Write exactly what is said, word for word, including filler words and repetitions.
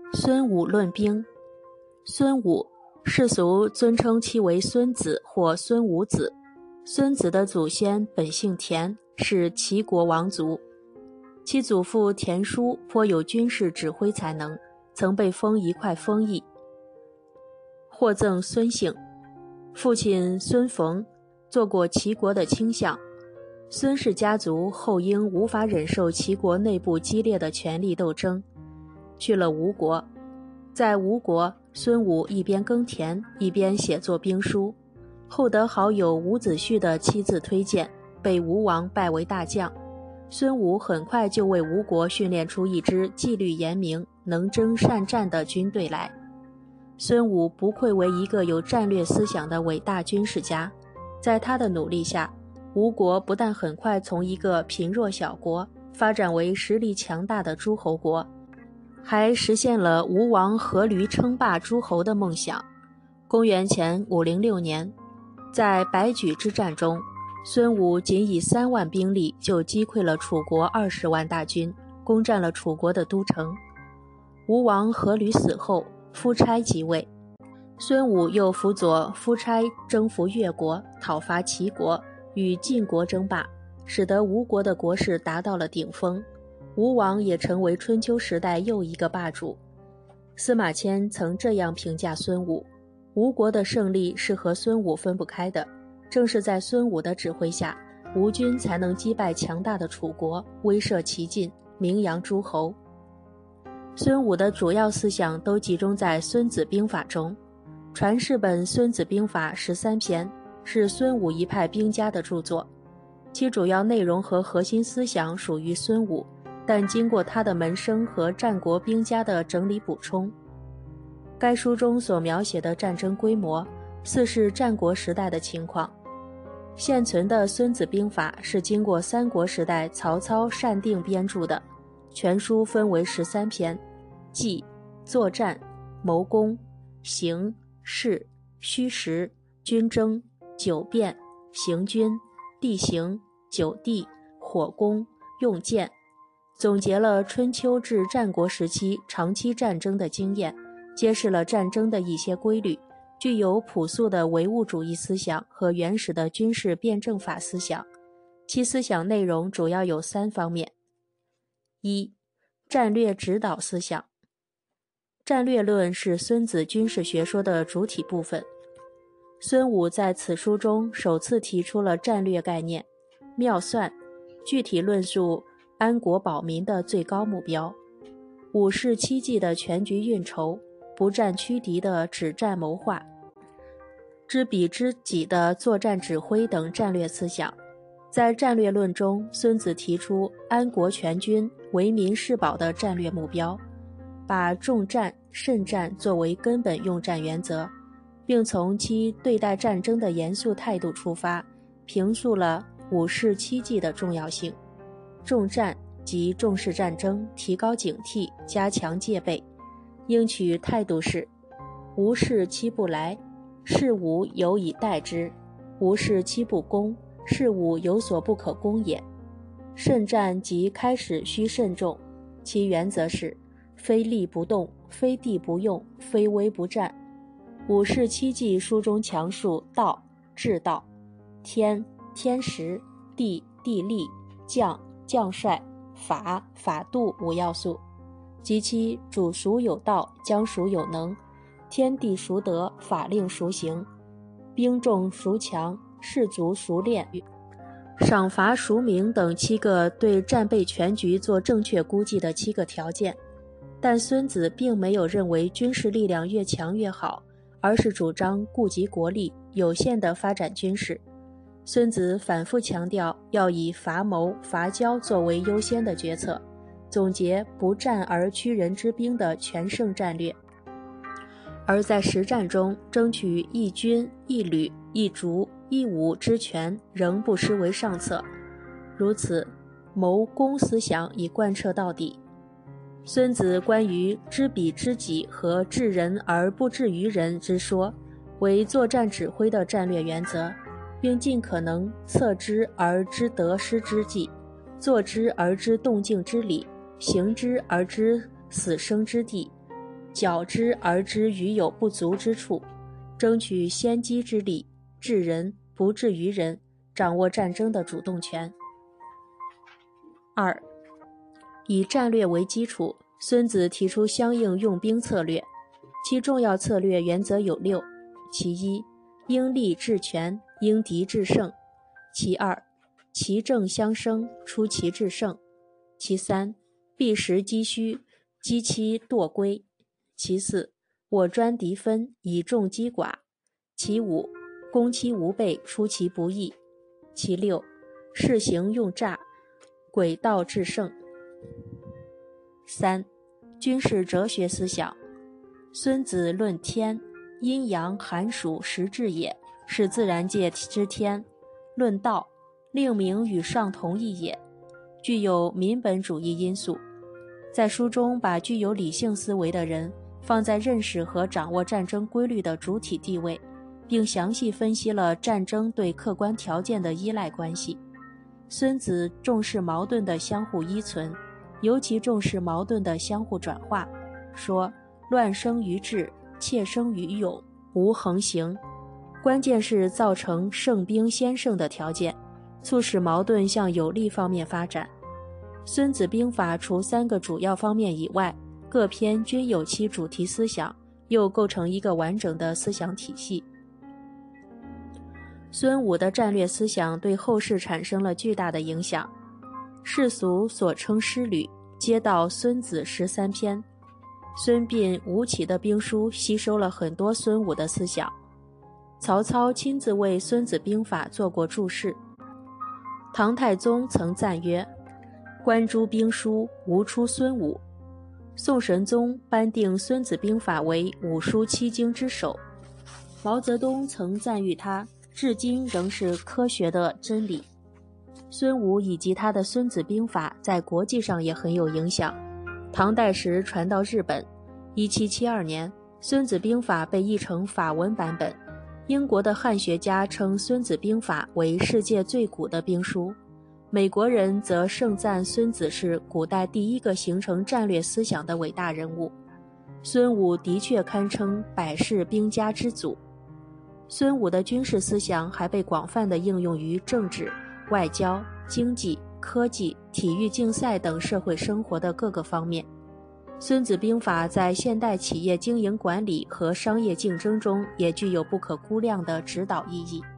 孙武论兵。孙武，世俗尊称其为孙子或孙武子。孙子的祖先本姓田，是齐国王族。其祖父田叔颇有军事指挥才能，曾被封一块封邑，获赠孙姓。父亲孙逢做过齐国的卿相。孙氏家族后因无法忍受齐国内部激烈的权力斗争，去了吴国。在吴国，孙武一边耕田一边写作兵书，后得好友伍子胥的妻子推荐，被吴王拜为大将。孙武很快就为吴国训练出一支纪律严明、能征善战的军队来。孙武不愧为一个有战略思想的伟大军事家，在他的努力下，吴国不但很快从一个贫弱小国发展为实力强大的诸侯国，还实现了吴王阖闾称霸诸侯的梦想。公元前五零六年，在白举之战中，孙武仅以三万兵力就击溃了楚国二十万大军，攻占了楚国的都城。吴王阖闾死后，夫差即位，孙武又辅佐夫差征服越国，讨伐齐国，与晋国争霸，使得吴国的国势达到了顶峰。吴王也成为春秋时代又一个霸主。司马迁曾这样评价孙武：吴国的胜利是和孙武分不开的，正是在孙武的指挥下，吴军才能击败强大的楚国，威慑齐晋，名扬诸侯。孙武的主要思想都集中在《孙子兵法》中。传世本《孙子兵法》十三篇，是孙武一派兵家的著作，其主要内容和核心思想属于孙武，但经过他的门生和战国兵家的整理补充。该书中所描写的战争规模，似是战国时代的情况。现存的《孙子兵法》是经过三国时代曹操善定编著的，全书分为十三篇，计、作战、谋攻、形、势、虚实、军争、九变、行军、地形、九地、火攻、用箭，总结了春秋至战国时期长期战争的经验，揭示了战争的一些规律，具有朴素的唯物主义思想和原始的军事辩证法思想。其思想内容主要有三方面：一、战略指导思想。战略论是孙子军事学说的主体部分。孙武在此书中首次提出了战略概念，妙算，具体论述安国保民的最高目标，五事七计的全局运筹，不战驱敌的止战谋划，知彼知己的作战指挥等战略思想。在战略论中，孙子提出安国全军、为民是保的战略目标，把重战、慎战作为根本用战原则，并从其对待战争的严肃态度出发，评述了五事七计的重要性。重战即重视战争，提高警惕，加强戒备，应取态度是：无事期不来，事无有以待之；无事期不攻，事无有所不可攻也。慎战即开始需慎重，其原则是：非利不动，非地不用，非危不战。五事七计书中强述道、治道、天、天时、地、地利、将、将帅、法、法度五要素，及其主孰有道，将孰有能，天地孰得，法令孰行，兵众孰强，士卒孰练，赏罚孰明等七个对战备全局做正确估计的七个条件。但孙子并没有认为军事力量越强越好，而是主张顾及国力，有限地发展军事。孙子反复强调要以伐谋、伐交作为优先的决策，总结不战而屈人之兵的全胜战略。而在实战中，争取一军、一旅、一卒、一武之权仍不失为上策。如此，谋攻思想已贯彻到底。孙子关于知彼知己和治人而不治于人之说，为作战指挥的战略原则，并尽可能测之而知得失之计，做之而知动静之理，行之而知死生之地， 矫之而知于有不足之处，争取先机之力，治人不治于人，掌握战争的主动权。二，以战略为基础，孙子提出相应用兵策略，其重要策略原则有六：其一，应利制权，应敌制胜；其二，其正相生，出奇制胜；其三，避实击虚，击其惰归；其四，我专敌分，以众击寡；其五，攻其无备，出其不意；其六，事行用诈，诡道制胜。三、军事哲学思想。孙子论天，阴阳寒暑时至也，是自然界之天；论道，令名与上同义也，具有民本主义因素。在书中把具有理性思维的人放在认识和掌握战争规律的主体地位，并详细分析了战争对客观条件的依赖关系。孙子重视矛盾的相互依存，尤其重视矛盾的相互转化，说乱生于智，怯生于勇，无恒行。关键是造成胜兵先胜的条件，促使矛盾向有利方面发展。孙子兵法除三个主要方面以外，各篇均有其主题思想，又构成一个完整的思想体系。孙武的战略思想对后世产生了巨大的影响，世俗所称诗旅，皆道孙子十三篇。孙膑、吴起的兵书吸收了很多孙武的思想。曹操亲自为孙子兵法做过注释。唐太宗曾赞曰：观诸兵书，无出孙武。宋神宗颁定孙子兵法为五书七经之首。毛泽东曾赞誉他，至今仍是科学的真理。孙武以及他的孙子兵法在国际上也很有影响。唐代时传到日本，一七七二年，孙子兵法被译成法文版本。英国的汉学家称孙子兵法为世界最古的兵书，美国人则盛赞孙子是古代第一个形成战略思想的伟大人物。孙武的确堪称百世兵家之祖。孙武的军事思想还被广泛地应用于政治、外交、经济、科技、体育竞赛等社会生活的各个方面。孙子兵法在现代企业经营管理和商业竞争中也具有不可估量的指导意义。